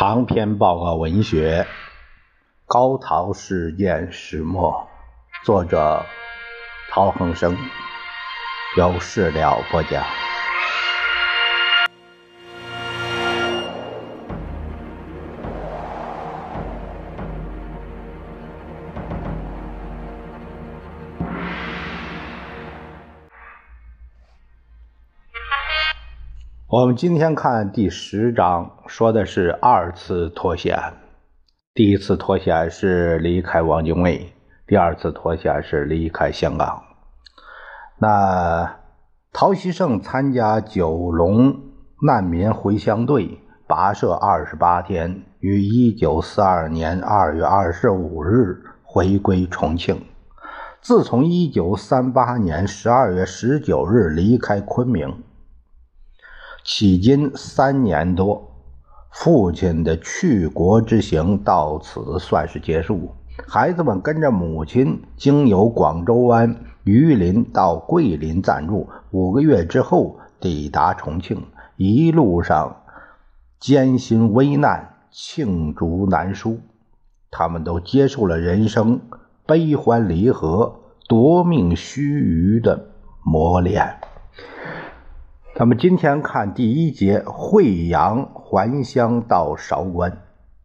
长篇报告文学《高陶事件始末》，作者陶恒生，由事了播讲。我们今天看第10章，说的是二次脱险案。第一次脱险是离开汪精卫，第二次脱险是离开香港。那陶希圣参加九龙难民回乡队，跋涉28天，于1942年2月25日回归重庆。自从1938年12月19日离开昆明，迄今3年多，父亲的去国之行到此算是结束。孩子们跟着母亲经由广州湾、榆林到桂林暂住，5个月之后抵达重庆，一路上艰辛危难，罄竹难书。他们都接受了人生悲欢离合、夺命须臾的磨练。咱们今天看第一节，惠阳还乡到韶关。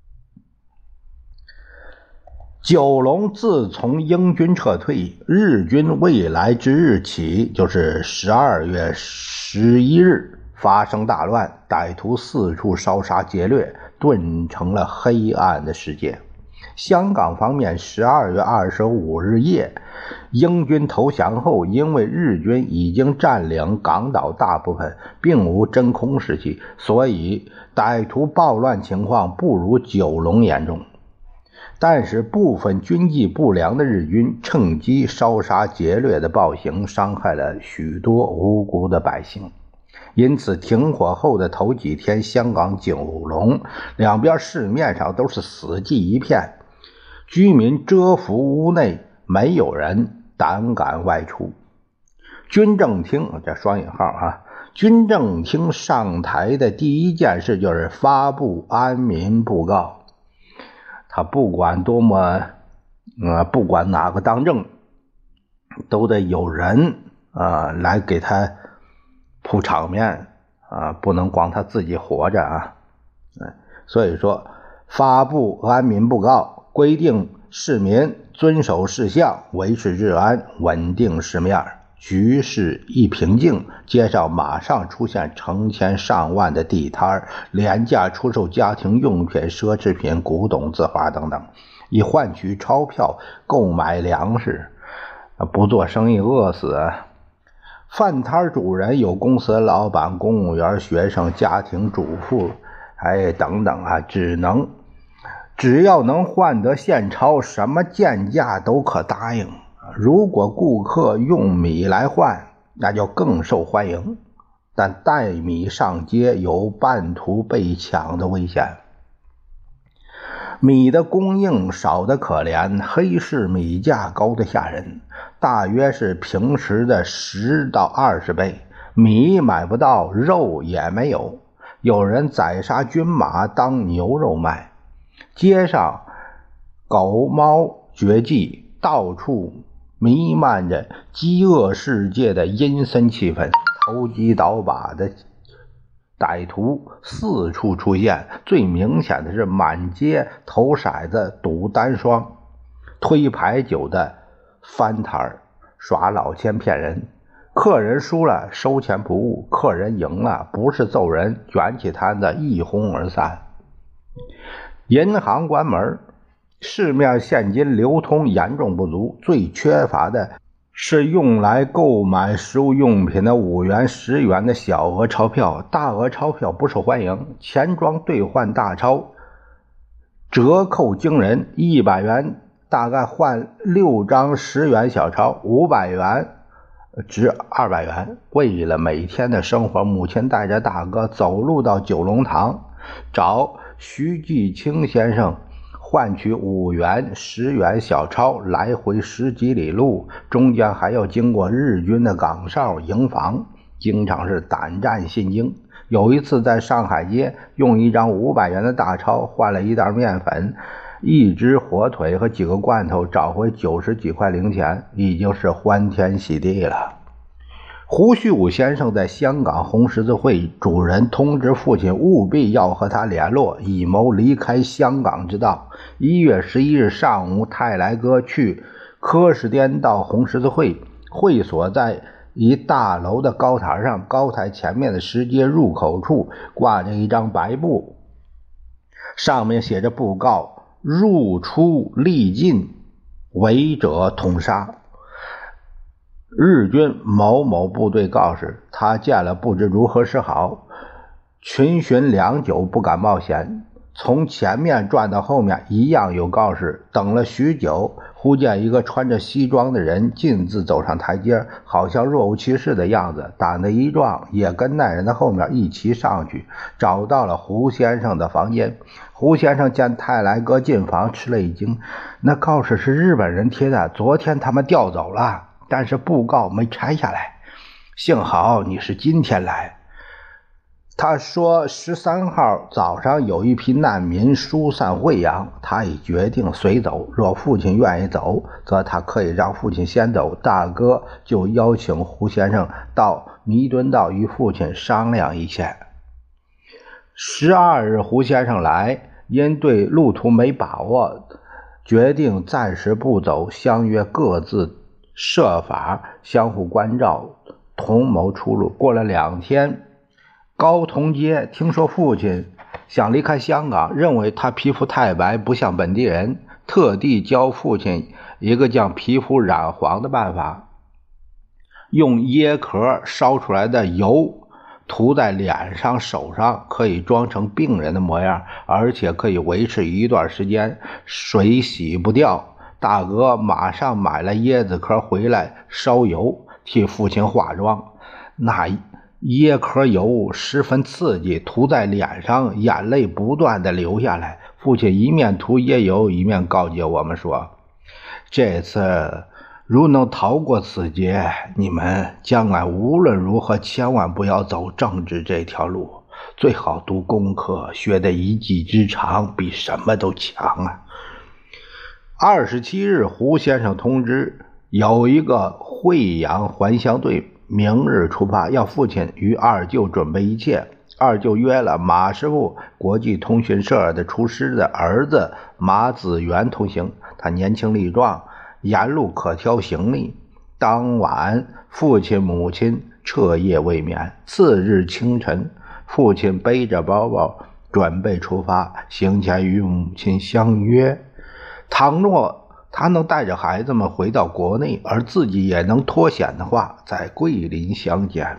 九龙自从英军撤退，日军未来之日起，就是12月11日发生大乱，歹徒四处烧杀劫掠，顿成了黑暗的世界。香港方面12月25日夜，英军投降后，因为日军已经占领港岛大部分，并无真空时期，所以歹徒暴乱情况不如九龙严重。但是部分军纪不良的日军趁机烧杀劫掠的暴行，伤害了许多无辜的百姓。因此停火后的头几天，香港九龙两边市面上都是死寂一片，居民蛰伏屋内，没有人胆敢外出。军政厅，这双引号啊，军政厅上台的第一件事就是发布安民布告。他不管多么不管哪个当政，都得有人来给他铺场面不能光他自己活着所以说发布安民布告，规定市民遵守事项，维持治安，稳定市面。局势一平静，街上马上出现成千上万的地摊，廉价出售家庭用品、奢侈品、古董字画等等，以换取钞票购买粮食。不做生意饿死。饭摊主人有公司老板、公务员、学生、家庭主妇等等只要能换得现钞，什么贱价都可答应。如果顾客用米来换，那就更受欢迎，但带米上街有半途被抢的危险。米的供应少得可怜，黑市米价高得吓人，大约是平时的10到20倍。米买不到，肉也没有，有人宰杀军马当牛肉卖。街上狗猫绝迹，到处弥漫着饥饿世界的阴森气氛，投机倒把的歹徒四处出现，最明显的是满街投骰子、赌单双、推牌九的翻摊，耍老千骗人。客人输了收钱不误，客人赢了不是揍人，卷起摊子一哄而散。银行关门，市面现金流通严重不足，最缺乏的是用来购买食物用品的5元、10元的小额钞票，大额钞票不受欢迎。钱庄兑换大钞折扣惊人，100元大概换6张10元小钞，500元值200元。为了每天的生活，母亲带着大哥走路到九龙塘，找徐继清先生换取5元、10元小钞，来回10几里路，中间还要经过日军的岗哨、营房，经常是胆战心惊。 有一次在上海街用一张500元的大钞换了一袋面粉、一只火腿和几个罐头，找回90几块零钱，已经是欢天喜地了。胡旭武先生在香港红十字会主人通知父亲务必要和他联络，以谋离开香港之道。1月11日上午，泰来哥去柯士甸道红十字会，会所在一大楼的高台上，高台前面的石阶入口处挂着一张白布，上面写着布告：入出力尽，违者统杀。日军某某部队告示，他见了不知如何是好，群巡良久不敢冒险，从前面转到后面一样有告示。等了许久，忽见一个穿着西装的人径自走上台阶，好像若无其事的样子，胆子一壮，也跟那人的后面一齐上去，找到了胡先生的房间。胡先生见泰来哥进房，吃了一惊，那告示是日本人贴的，昨天他们调走了，但是布告没拆下来，幸好你是今天来。他说13号早上有一批难民疏散惠阳，他已决定随走，若父亲愿意走，则他可以让父亲先走，大哥就邀请胡先生到弥敦道与父亲商量一下。12日胡先生来，因对路途没把握，决定暂时不走，相约各自设法相互关照，同谋出路。过了2天，高同街听说父亲想离开香港，认为他皮肤太白不像本地人，特地教父亲一个将皮肤染黄的办法，用椰壳烧出来的油涂在脸上手上，可以装成病人的模样，而且可以维持一段时间，水洗不掉。大哥马上买了椰子壳回来烧油替父亲化妆，那椰壳油十分刺激，涂在脸上，眼泪不断的流下来。父亲一面涂椰油，一面告诫我们说，这次如能逃过此劫，你们将来无论如何千万不要走政治这条路，最好读功课，学得一技之长，比什么都强啊。27日胡先生通知有一个惠阳还乡队明日出发，要父亲与二舅准备一切。二舅约了马师傅，国际通讯社的厨师的儿子马子元同行，他年轻力壮，沿路可挑行李。当晚父亲母亲彻夜未眠。次日清晨，父亲背着包包准备出发，行前与母亲相约，倘若他能带着孩子们回到国内，而自己也能脱险的话，在桂林相见。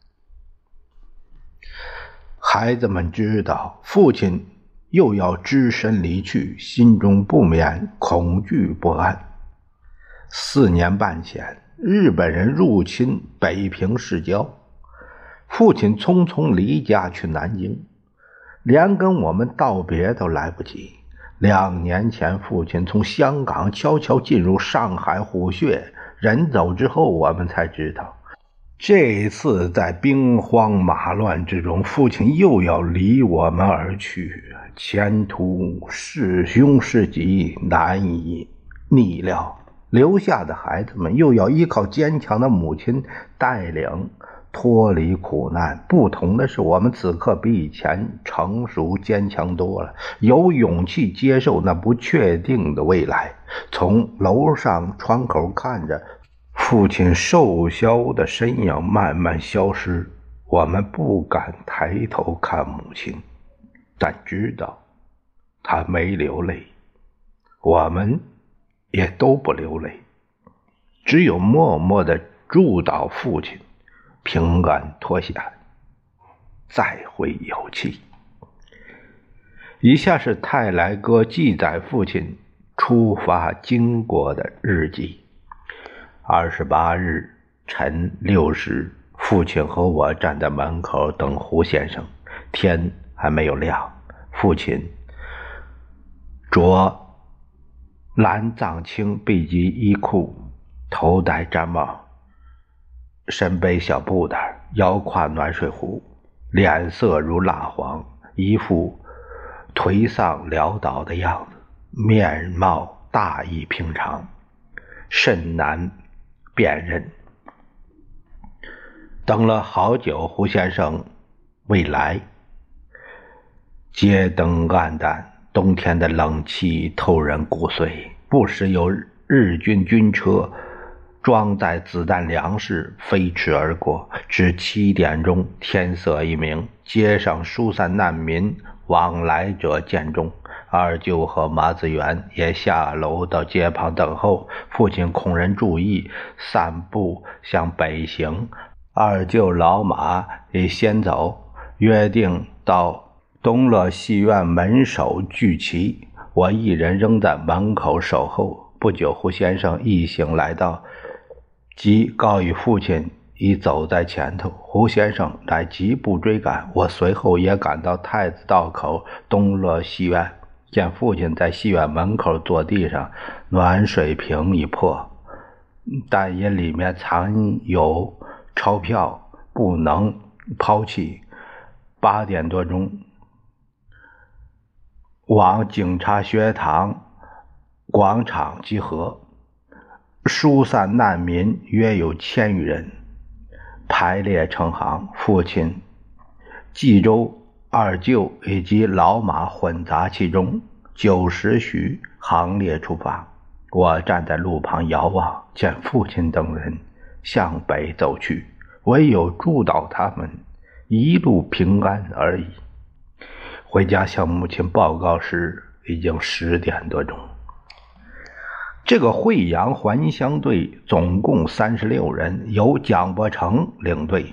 孩子们知道父亲又要只身离去，心中不免恐惧不安。4年半前，日本人入侵北平市郊，父亲匆匆离家去南京，连跟我们道别都来不及。2年前，父亲从香港悄悄进入上海虎穴，人走之后，我们才知道，这一次在兵荒马乱之中，父亲又要离我们而去，前途是凶是吉，难以逆料。留下的孩子们又要依靠坚强的母亲带领脱离苦难。不同的是，我们此刻比以前成熟坚强多了，有勇气接受那不确定的未来。从楼上窗口看着父亲瘦削的身影慢慢消失，我们不敢抬头看母亲，但知道她没流泪，我们也都不流泪，只有默默地祝祷父亲平安脱险，再会有期。以下是泰来哥记载父亲出发经过的日记。28日晨6时，父亲和我站在门口等胡先生，天还没有亮。父亲着蓝藏青背脊衣裤，头戴毡帽，身背小布袋，腰挎暖水壶。 脸色如蜡黄，一副颓丧潦倒的样子，面貌大异平常，甚难辨认。等了好久，胡先生未来，街灯暗淡，冬天的冷气透人骨髓，不时有日军军车装载子弹粮食飞驰而过。至7点钟，天色一明，街上疏散难民往来者渐众。二舅和马子元也下楼到街旁等候，父亲恐人注意，散步向北行。二舅老马也先走，约定到东乐戏院门首聚齐，我一人仍在门口守候。不久，胡先生一行来到，即告与父亲已走在前头。胡先生乃急步追赶，我随后也赶到太子道口东乐戏院，见父亲在戏院门口坐地上，暖水瓶已破，但因里面藏有钞票，不能抛弃。8点多钟，往警察学堂广场集合，疏散难民约有1000余人，排列成行。父亲、冀州二舅以及老马混杂其中。9时许，行列出发。我站在路旁遥望，见父亲等人向北走去，唯有祝祷他们一路平安而已。回家向母亲报告时，已经10点多钟。这个惠阳还乡队总共36人，由蒋伯成领队。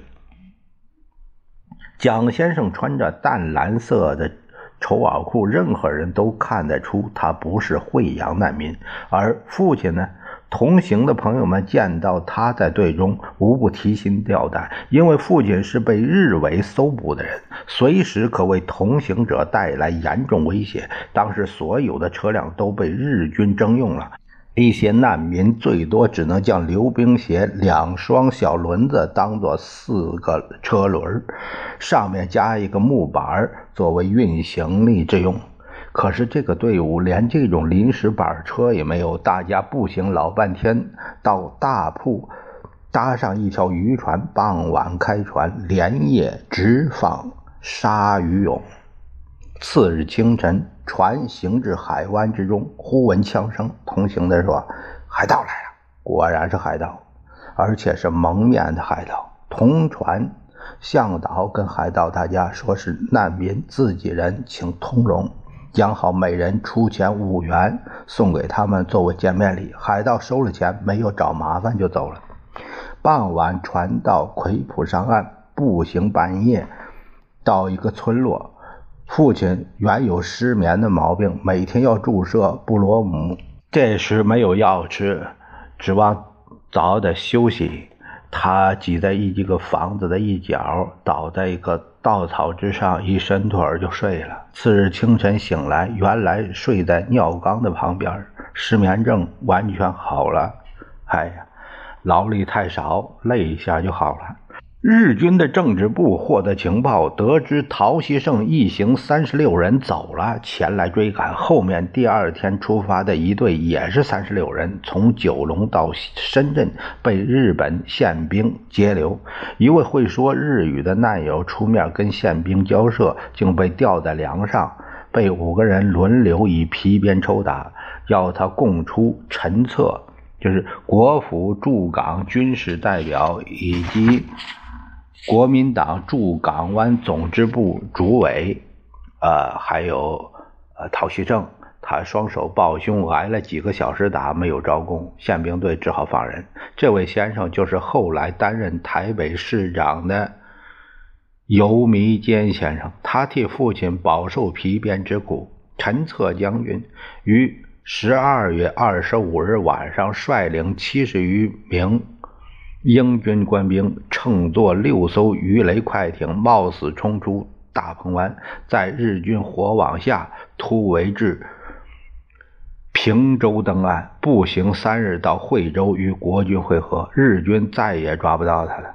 蒋先生穿着淡蓝色的绸袄裤，任何人都看得出他不是惠阳难民。而父亲呢，同行的朋友们见到他在队中，无不提心吊胆，因为父亲是被日伪搜捕的人，随时可为同行者带来严重威胁。当时所有的车辆都被日军征用了，一些难民最多只能将溜冰鞋2双小轮子当作4个车轮，上面加一个木板作为运行力之用。可是这个队伍连这种临时板车也没有，大家步行老半天，到大铺搭上一条渔船，傍晚开船，连夜直放鲨鱼涌。次日清晨，船行至海湾之中，忽闻枪声，同行的说：“海盗来了！”果然是海盗，而且是蒙面的海盗。同船向导跟海盗大家说是难民，自己人请通融，讲好每人出钱5元送给他们作为见面礼。海盗收了钱，没有找麻烦就走了。傍晚船到奎浦上岸，步行半夜到一个村落。父亲原有失眠的毛病，每天要注射布罗姆，这时没有药吃，指望早点休息。他挤在一个房子的一角，倒在一个稻草之上，一伸腿就睡了。次日清晨醒来，原来睡在尿缸的旁边，失眠症完全好了。哎呀，劳力太少，累一下就好了。日军的政治部获得情报，得知陶希圣一行36人走了，前来追赶。后面第2天出发的一队也是36人，从九龙到深圳，被日本宪兵截留。一位会说日语的难友出面跟宪兵交涉，竟被吊在梁上，被5个人轮流以皮鞭抽打，要他供出陈策，就是国府驻港军事代表以及国民党驻港湾总支部主委，还有陶希圣。他双手抱胸，挨了几个小时打，没有招供，宪兵队只好放人。这位先生就是后来担任台北市长的游弥坚先生，他替父亲饱受皮鞭之苦。陈策将军于12月25日晚上率领70余名英军官兵乘坐6艘鱼雷快艇冒死冲出大鹏湾，在日军火网下突围至平洲登岸，步行3日到惠州与国军会合。日军再也抓不到他了。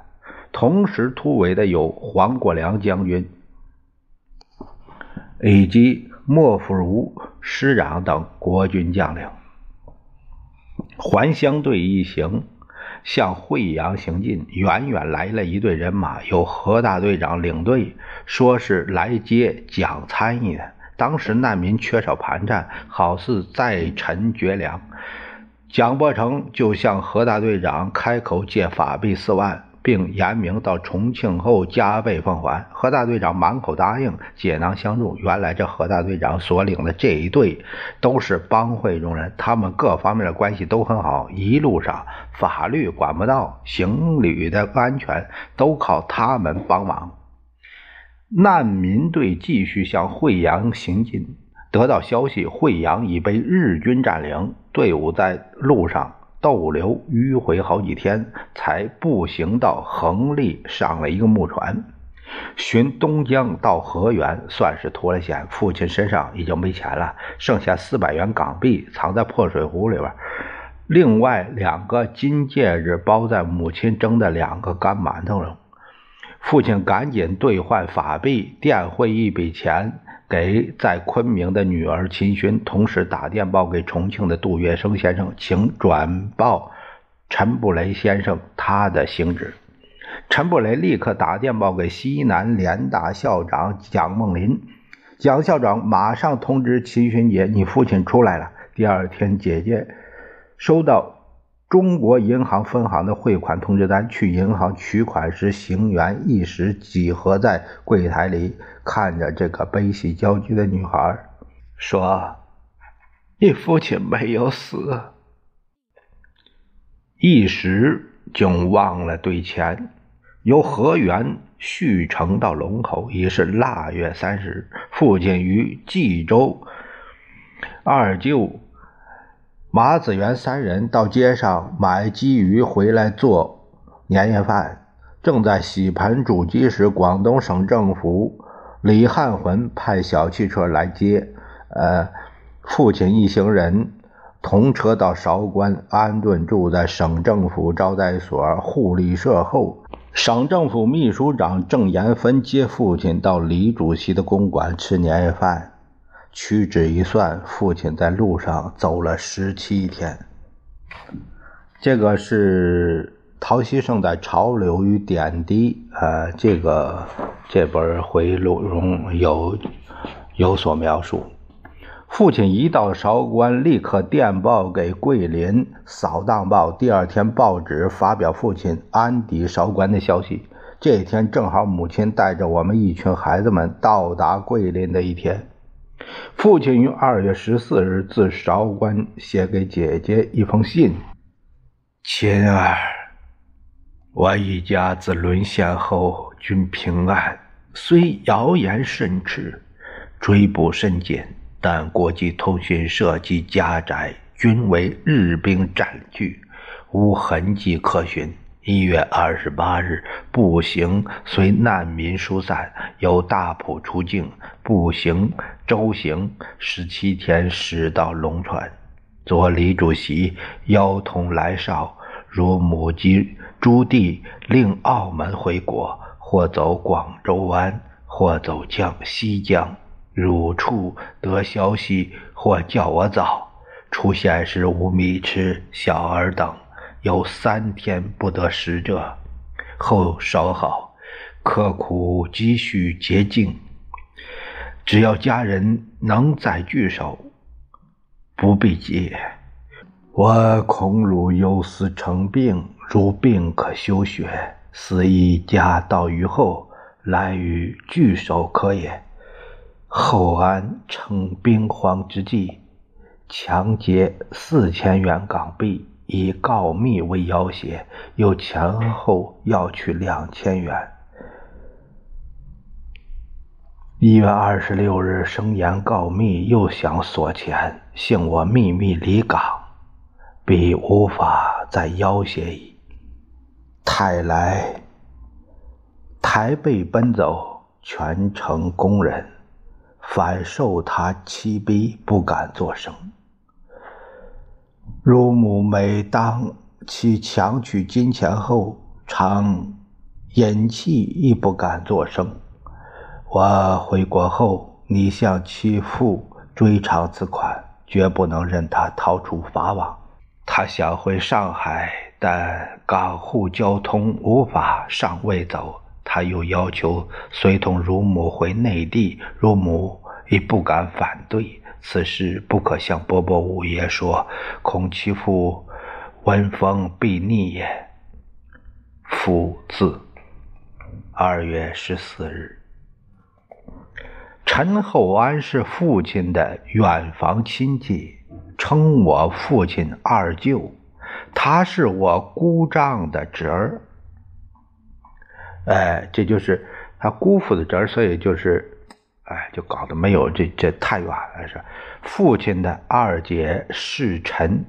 同时突围的有黄国梁将军以及莫福如、施壤等国军将领。还乡队一行向惠阳行进，远远来了一队人马，由何大队长领队，说是来接蒋参议的。当时难民缺少盘缠，好似在陈绝粮。蒋伯承就向何大队长开口借法币4万，并言明到重庆后加倍奉还。何大队长满口答应，解囊相助。原来这何大队长所领的这一队都是帮会中人，他们各方面的关系都很好，一路上法律管不到，行旅的安全都靠他们帮忙。难民队继续向惠阳行进，得到消息，惠阳已被日军占领，队伍在路上逗留迂回好几天，才步行到横沥，上了一个木船，循东江到河源，算是脱了险。父亲身上已经没钱了，剩下400元港币藏在破水壶里边，另外2个金戒指包在母亲蒸的2个干馒头上。父亲赶紧兑换法币，电汇一笔钱给在昆明的女儿秦勋，同时打电报给重庆的杜月笙先生，请转报陈布雷先生他的行止。陈布雷立刻打电报给西南联大校长蒋梦麟，蒋校长马上通知秦勋姐，你父亲出来了。第二天，姐姐收到中国银行分行的汇款通知单，去银行取款时，行员一时挤合在柜台里，看着这个悲喜交集的女孩，说：“你父亲没有死。”一时就忘了兑钱。由河源续城到龙口已是腊月30，父亲于冀州二舅马子元3人到街上买鲫鱼回来做年夜饭，正在洗盆煮鸡时，广东省政府李汉魂派小汽车来接父亲一行人，同车到韶关安顿，住在省政府招待所护理社后。省政府秘书长郑延芬接父亲到李主席的公馆吃年夜饭，屈指一算，父亲在路上走了17天。这个是陶希圣在《潮流与点滴》这本回忆录中有所描述。父亲一到韶关，立刻电报给桂林扫荡报，第二天报纸发表父亲安抵韶关的消息。这一天正好母亲带着我们一群孩子们到达桂林的一天。父亲于2月14日自韶关写给姐姐一封信：亲儿，我一家自沦陷后均平安，虽谣言甚迟，追捕甚紧，但国际通讯社及家宅均为日兵占据，无痕迹可寻。1月28日步行随难民疏散，由大埔出境，步行周行17天，驶到龙川。昨李主席邀同来绍，如母及诸弟令澳门回国，或走广州湾，或走西江。汝处得消息，或叫我早。出现时无米吃，小儿等有3天不得食者，后稍好，刻苦积蓄洁净。只要家人能再聚首，不必急。我恐汝忧思成病，如病可休学，思一家到于后，来与聚首可也。后安趁兵荒之际，强劫4000元港币，以告密为要挟，又前后要取2000元。1月26日声言告密，又想索钱，幸我秘密离港，必无法再要挟矣。台北奔走，全城工人反受他欺逼，不敢作声。乳母每当其强取金钱后，常隐气亦不敢作声。我回国后，你向其父追偿此款，绝不能任他逃出法网。他想回上海，但港沪交通无法尚未走，他又要求随同乳母回内地，乳母亦不敢反对。此事不可向伯伯五爷说，恐其父闻风必逆也。父字2月14日。陈厚安是父亲的远房亲戚，称我父亲二舅，他是我姑丈的侄儿。这就是他姑父的侄儿，所以就是就搞得没有这太远了，是父亲的二姐世臣。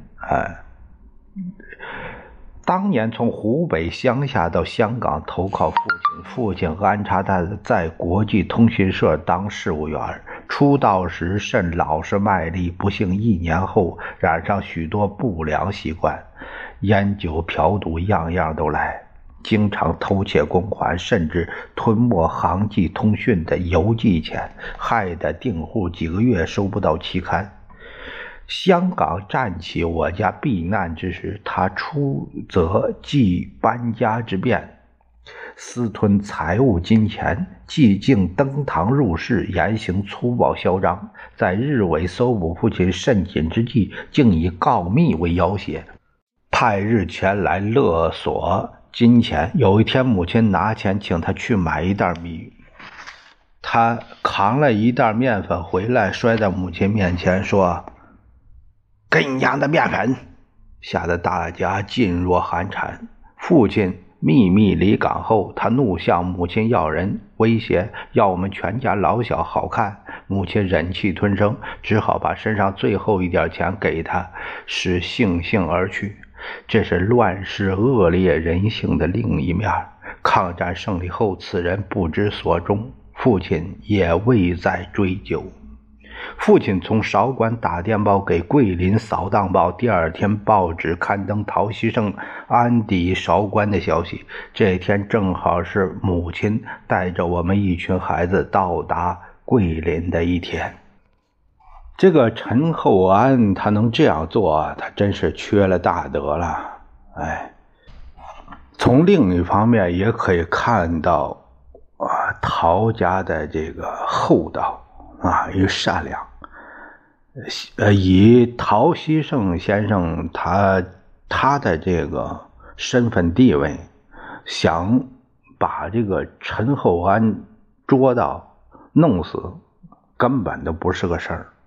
当年从湖北乡下到香港投靠父亲安插他在国际通讯社当事务员。出道时甚老实卖力，不幸1年后染上许多不良习惯，烟酒嫖赌样样都来，经常偷窃公款，甚至吞没航迹通讯的邮寄钱，害得订户几个月收不到期刊。香港战起我家避难之时，他出则继搬家之变，私吞财物金钱，既竟登堂入室，言行粗暴嚣张，在日伪搜捕父亲甚紧之际，竟以告密为要挟，派日前来勒索金钱。有一天母亲拿钱请他去买一袋米，他扛了一袋面粉回来，摔在母亲面前说：“给你娘的面粉！”吓得大家噤若寒蝉。父亲秘密离港后，他怒向母亲要人，威胁要我们全家老小好看。母亲忍气吞声，只好把身上最后一点钱给他，使悻悻而去。这是乱世恶劣人性的另一面。抗战胜利后，此人不知所终，父亲也未再追究。父亲从韶关打电报给桂林扫荡报，第二天报纸刊登陶希圣安抵韶关的消息。这天正好是母亲带着我们一群孩子到达桂林的一天。这个陈厚安他能这样做，他真是缺了大德了。从另一方面也可以看到陶家的这个厚道与善良。以陶希圣先生他的这个身份地位，想把这个陈厚安捉到弄死根本都不是个事儿。